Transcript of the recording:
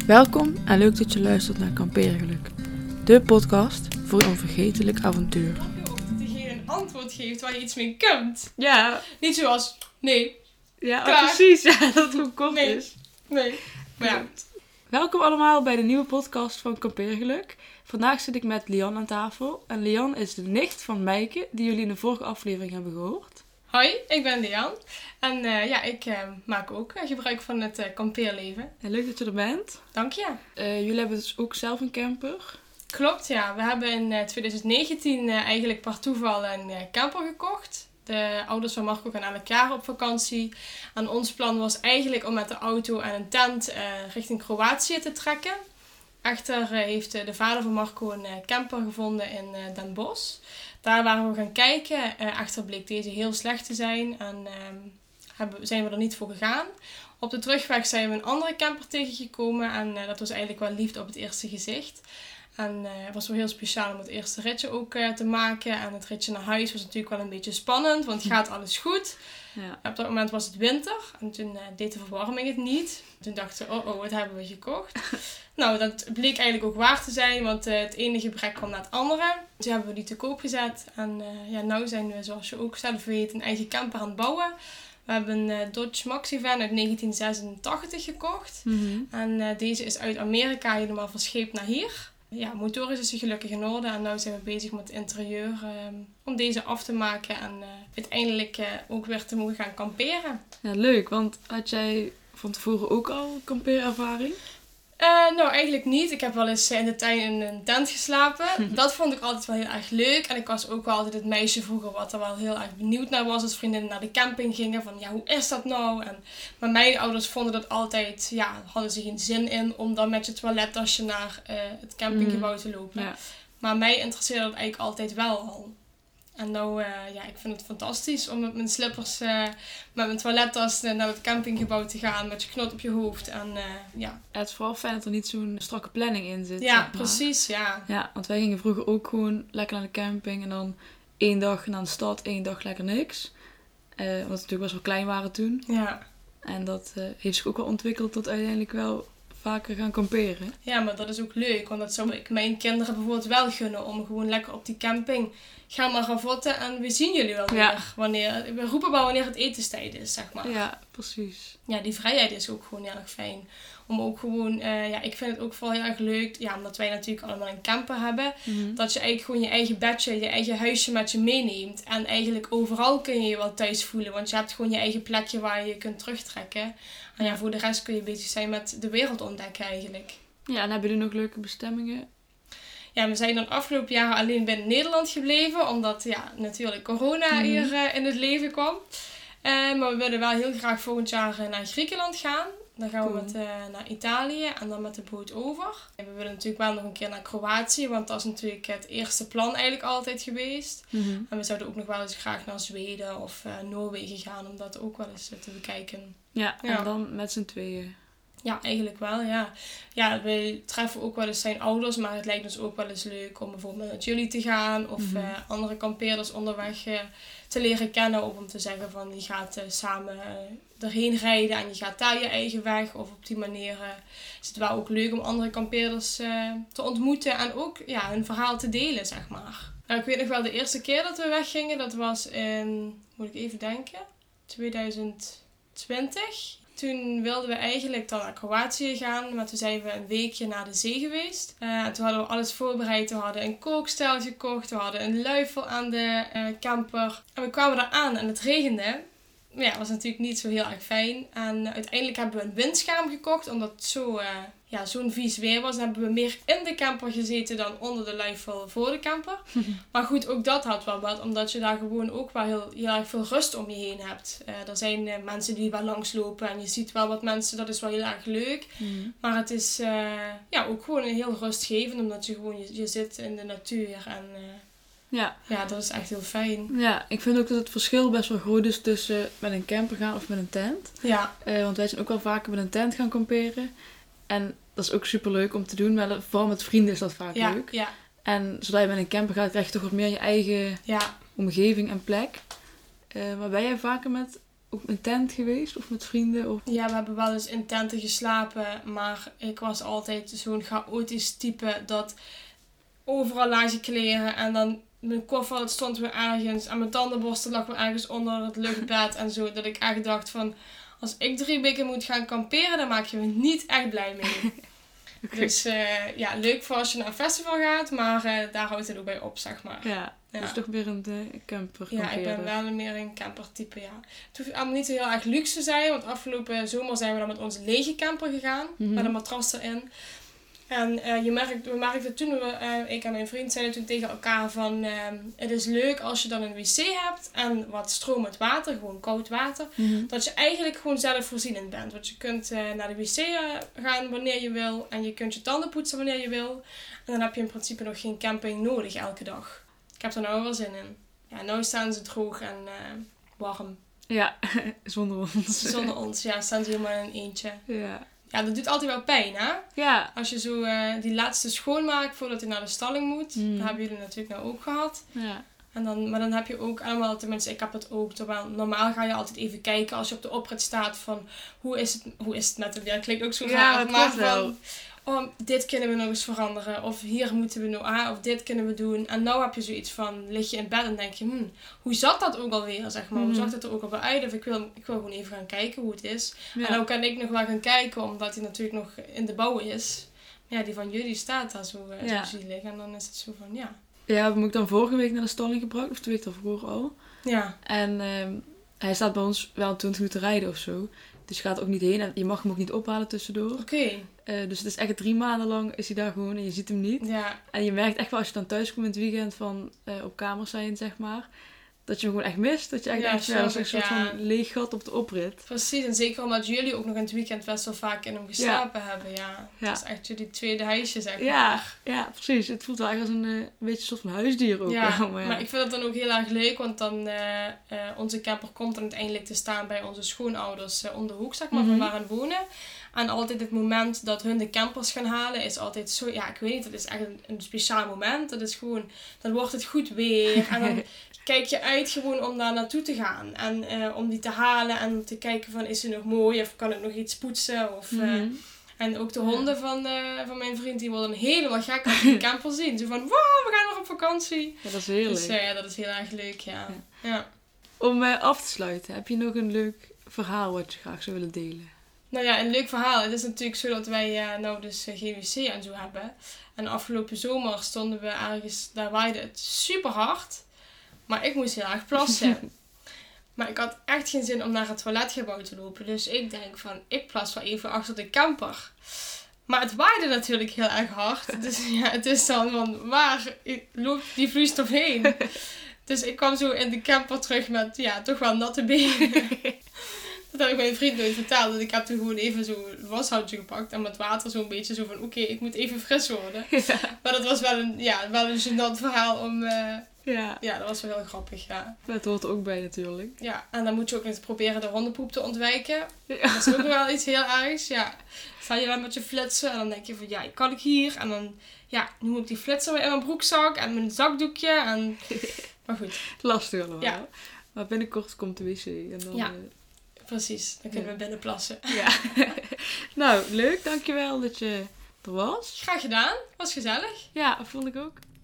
Welkom en leuk dat je luistert naar Kampeergeluk. De podcast voor een onvergetelijk avontuur. Dat diegene een antwoord geeft waar je iets mee kunt. Ja. Niet zoals, nee. Ja, precies. Ja, dat het kort Nee. is. Nee. Maar ja. Welkom allemaal bij de nieuwe podcast van Kampeergeluk. Vandaag zit ik met Lian aan tafel. En Lian is de nicht van Meike, die jullie in de vorige aflevering hebben gehoord. Hoi, ik ben Lian. En ik maak ook gebruik van het kampeerleven. En leuk dat je er bent. Dank je. Jullie hebben dus ook zelf een camper. Klopt, ja. We hebben in 2019 eigenlijk per toeval een camper gekocht. De ouders van Marco gaan elk jaar op vakantie. En ons plan was eigenlijk om met de auto en een tent richting Kroatië te trekken. Echter heeft de vader van Marco een camper gevonden in Den Bosch. Daar waren we gaan kijken. Echter bleek deze heel slecht te zijn en zijn we er niet voor gegaan. Op de terugweg zijn we een andere camper tegengekomen en dat was eigenlijk wel liefde op het eerste gezicht. En het was wel heel speciaal om het eerste ritje ook te maken. En het ritje naar huis was natuurlijk wel een beetje spannend, want gaat alles goed? Ja. Op dat moment was het winter en toen deed de verwarming het niet. Toen dachten we, wat hebben we gekocht? Nou, dat bleek eigenlijk ook waar te zijn, want het ene gebrek kwam na het andere. Toen hebben we die te koop gezet en nu zijn we, zoals je ook zelf weet, een eigen camper aan het bouwen. We hebben een Dodge Maxivan uit 1986 gekocht. Mm-hmm. En deze is uit Amerika helemaal verscheept naar hier. Ja, motorisch is gelukkig in orde en nu zijn we bezig met het interieur om deze af te maken en uiteindelijk ook weer te mogen gaan kamperen. Ja, leuk, want had jij van tevoren ook al kampeerervaring? Nou, eigenlijk niet. Ik heb wel eens in de tuin in een tent geslapen. Dat vond ik altijd wel heel erg leuk. En ik was ook wel altijd het meisje vroeger wat er wel heel erg benieuwd naar was. Als vriendinnen naar de camping gingen. Van ja, hoe is dat nou? Maar mijn ouders vonden dat altijd, hadden ze geen zin in om dan met je toilettasje naar het campinggebouw te lopen. Ja. Maar mij interesseerde dat eigenlijk altijd wel al. En nou, ik vind het fantastisch om met mijn slippers, met mijn toilettas naar het campinggebouw te gaan. Met je knot op je hoofd. Het is vooral fijn dat er niet zo'n strakke planning in zit. Ja, precies, ja. Ja, want wij gingen vroeger ook gewoon lekker naar de camping. En dan 1 dag naar de stad, 1 dag lekker niks. Want we natuurlijk best wel klein waren toen. Ja. En dat heeft zich ook wel ontwikkeld tot uiteindelijk wel vaker gaan kamperen. Ja, maar dat is ook leuk. Want dat zou ik mijn kinderen bijvoorbeeld wel gunnen. Om gewoon lekker op die camping gaan maar ravotten. En we zien jullie wel weer. We roepen wel wanneer het etenstijd is, zeg maar. Ja, precies. Ja, die vrijheid is ook gewoon heel erg fijn. Om ook gewoon, ik vind het ook vooral heel erg leuk. Ja, omdat wij natuurlijk allemaal een camper hebben. Mm-hmm. Dat je eigenlijk gewoon je eigen bedje, je eigen huisje met je meeneemt. En eigenlijk overal kun je je wel thuis voelen. Want je hebt gewoon je eigen plekje waar je je kunt terugtrekken. En voor de rest kun je bezig zijn met de wereld ontdekken eigenlijk. Ja, en hebben jullie nog leuke bestemmingen? Ja, we zijn dan afgelopen jaren alleen binnen Nederland gebleven. Omdat natuurlijk corona hier in het leven kwam. Maar we willen wel heel graag volgend jaar naar Griekenland gaan. Dan gaan we naar Italië en dan met de boot over. En we willen natuurlijk wel nog een keer naar Kroatië. Want dat is natuurlijk het eerste plan eigenlijk altijd geweest. Mm-hmm. En we zouden ook nog wel eens graag naar Zweden of Noorwegen gaan. Om dat ook wel eens te bekijken. Ja, en dan met z'n tweeën. Ja, eigenlijk wel, ja. Ja, wij treffen ook wel eens zijn ouders, maar het lijkt ons ook wel eens leuk om bijvoorbeeld met jullie te gaan. Of andere kampeerders onderweg te leren kennen. Of om te zeggen van je gaat samen erheen rijden en je gaat daar je eigen weg. Of op die manier is het wel ook leuk om andere kampeerders te ontmoeten. En ook hun verhaal te delen, zeg maar. Nou, ik weet nog wel de eerste keer dat we weggingen. Dat was in, moet ik even denken, 2020. Toen wilden we eigenlijk dan naar Kroatië gaan, maar toen zijn we een weekje naar de zee geweest. En toen hadden we alles voorbereid. We hadden een kookstel gekocht, we hadden een luifel aan de camper. En we kwamen daar aan en het regende. Maar ja, het was natuurlijk niet zo heel erg fijn. En uiteindelijk hebben we een windscherm gekocht, omdat het zo'n vies weer was. Dan hebben we meer in de camper gezeten dan onder de luifel voor de camper. Maar goed, ook dat had wel wat, omdat je daar gewoon ook wel heel erg veel rust om je heen hebt. Er zijn mensen die wel langslopen en je ziet wel wat mensen, dat is wel heel erg leuk. Maar het is ook gewoon heel rustgevend, omdat je gewoon je zit in de natuur en... Ja, dat is echt heel fijn. Ja, ik vind ook dat het verschil best wel groot is tussen met een camper gaan of met een tent. Ja. Want wij zijn ook wel vaker met een tent gaan kamperen. En dat is ook super leuk om te doen. Maar vooral met vrienden is dat vaak leuk. Ja. En zodra je met een camper gaat, krijg je toch wat meer je eigen omgeving en plek. Maar ben jij vaker met ook in tent geweest of met vrienden? Of... Ja, we hebben wel eens in tenten geslapen, maar ik was altijd zo'n chaotisch type dat overal lagen je kleren en dan mijn koffer dat stond weer ergens en mijn tandenborstel lag weer ergens onder het luchtbed en zo. Dat ik echt dacht van, als ik 3 weken moet gaan kamperen, dan maak je me niet echt blij mee. Okay. Dus leuk voor als je naar een festival gaat, maar daar houdt het ook bij op, zeg maar. Ja. Dus toch weer een camper. Ja, ik ben wel meer een campertype, ja. Het hoeft allemaal niet zo heel erg luxe te zijn, want afgelopen zomer zijn we dan met onze lege camper gegaan, met een matras erin. En we merkten toen, ik en mijn vriend zeiden toen tegen elkaar van, het is leuk als je dan een wc hebt en wat stromend water, gewoon koud water, dat je eigenlijk gewoon zelfvoorzienend bent. Want je kunt naar de wc gaan wanneer je wil en je kunt je tanden poetsen wanneer je wil. En dan heb je in principe nog geen camping nodig elke dag. Ik heb er nou wel zin in. Ja, nou staan ze droog en warm. Ja, zonder ons. Zonder ons, ja, staan ze helemaal in een eentje. Ja. Ja, dat doet altijd wel pijn, hè? Ja. Als je zo die laatste schoonmaakt voordat hij naar de stalling moet. Dat hebben jullie natuurlijk nou ook gehad. Ja. Maar dan heb je ook allemaal, tenminste ik heb het ook. Terwijl normaal ga je altijd even kijken als je op de oprit staat van hoe is het met hem? Ja, dat klinkt ook zo raar. Maar van, dit kunnen we nog eens veranderen. Of hier moeten we nog, of dit kunnen we doen. En nou heb je zoiets van, lig je in bed en denk je, hoe zat dat ook alweer, zeg maar. Hoe zag het er ook alweer uit? Of ik wil gewoon even gaan kijken hoe het is. Ja. En dan kan ik nog wel gaan kijken, omdat hij natuurlijk nog in de bouw is. Maar ja, die van jullie staat daar zo zielig. En dan is het zo van, ja. Ja, we hebben hem ook dan vorige week naar de stalling gebracht. Of de week daarvoor al. Ja. En hij staat bij ons wel 20 minuten rijden of zo. Dus je gaat ook niet heen. En je mag hem ook niet ophalen tussendoor. Oké. Dus het is echt 3 maanden lang is hij daar gewoon en je ziet hem niet. Ja. En je merkt echt wel als je dan thuis komt in het weekend van op kamers zijn, zeg maar. Dat je hem gewoon echt mist. Dat je echt denkt, dat is een soort van leeg gat op de oprit. Precies, en zeker omdat jullie ook nog in het weekend best wel vaak in hem geslapen hebben. Ja. Dat is echt jullie tweede huisje, zeg maar. Ja, precies. Het voelt wel echt als een beetje een soort van huisdier ook. Ja, maar ik vind het dan ook heel erg leuk, want dan onze camper komt dan uiteindelijk te staan bij onze schoonouders om de hoek, zeg maar, van waar we wonen. En altijd het moment dat hun de campers gaan halen is altijd zo, ja, ik weet niet, dat is echt een speciaal moment. Dat is gewoon, dan wordt het goed weer en dan kijk je uit gewoon om daar naartoe te gaan. En om die te halen en te kijken van, is ze nog mooi of kan ik nog iets poetsen? Of, en ook de honden van mijn vriend, die worden helemaal gek als ze die camper zien. Zo van, wow, we gaan nog op vakantie. Ja, dat is heerlijk. Dus ja, dat is heel erg leuk, ja. Om af te sluiten, heb je nog een leuk verhaal wat je graag zou willen delen? Nou ja, een leuk verhaal. Het is natuurlijk zo dat wij nou dus geen wc en zo hebben. En afgelopen zomer stonden we ergens, daar waaide het super hard. Maar ik moest heel erg plassen. Maar ik had echt geen zin om naar het toiletgebouw te lopen. Dus ik denk van, ik plas wel even achter de camper. Maar het waaide natuurlijk heel erg hard. Dus ja, het is dan van, waar loopt die vloeistof heen? Dus ik kwam zo in de camper terug met, ja, toch wel natte benen. Dat heb ik mijn vriend nooit verteld. Dus ik heb toen gewoon even zo'n washoutje gepakt. En met water zo'n beetje zo van, oké, ik moet even fris worden. Ja. Maar dat was wel een gênant verhaal om... Ja, dat was wel heel grappig, ja. Dat hoort er ook bij natuurlijk. Ja, en dan moet je ook eens proberen de hondenpoep te ontwijken. Ja. Dat is ook wel iets heel ergs, ja. Sta je dan met je flitsen en dan denk je van, ja, kan ik hier? En dan, ja, nu moet ik die flitser weer in mijn broekzak en mijn zakdoekje. En... Maar goed. Lastig allemaal. Ja. Maar binnenkort komt de wc. En dan, ja, precies. Dan kunnen we binnen plassen. Ja. Nou, leuk. Dankjewel dat je er was. Graag gedaan. Was gezellig. Ja, vond ik ook.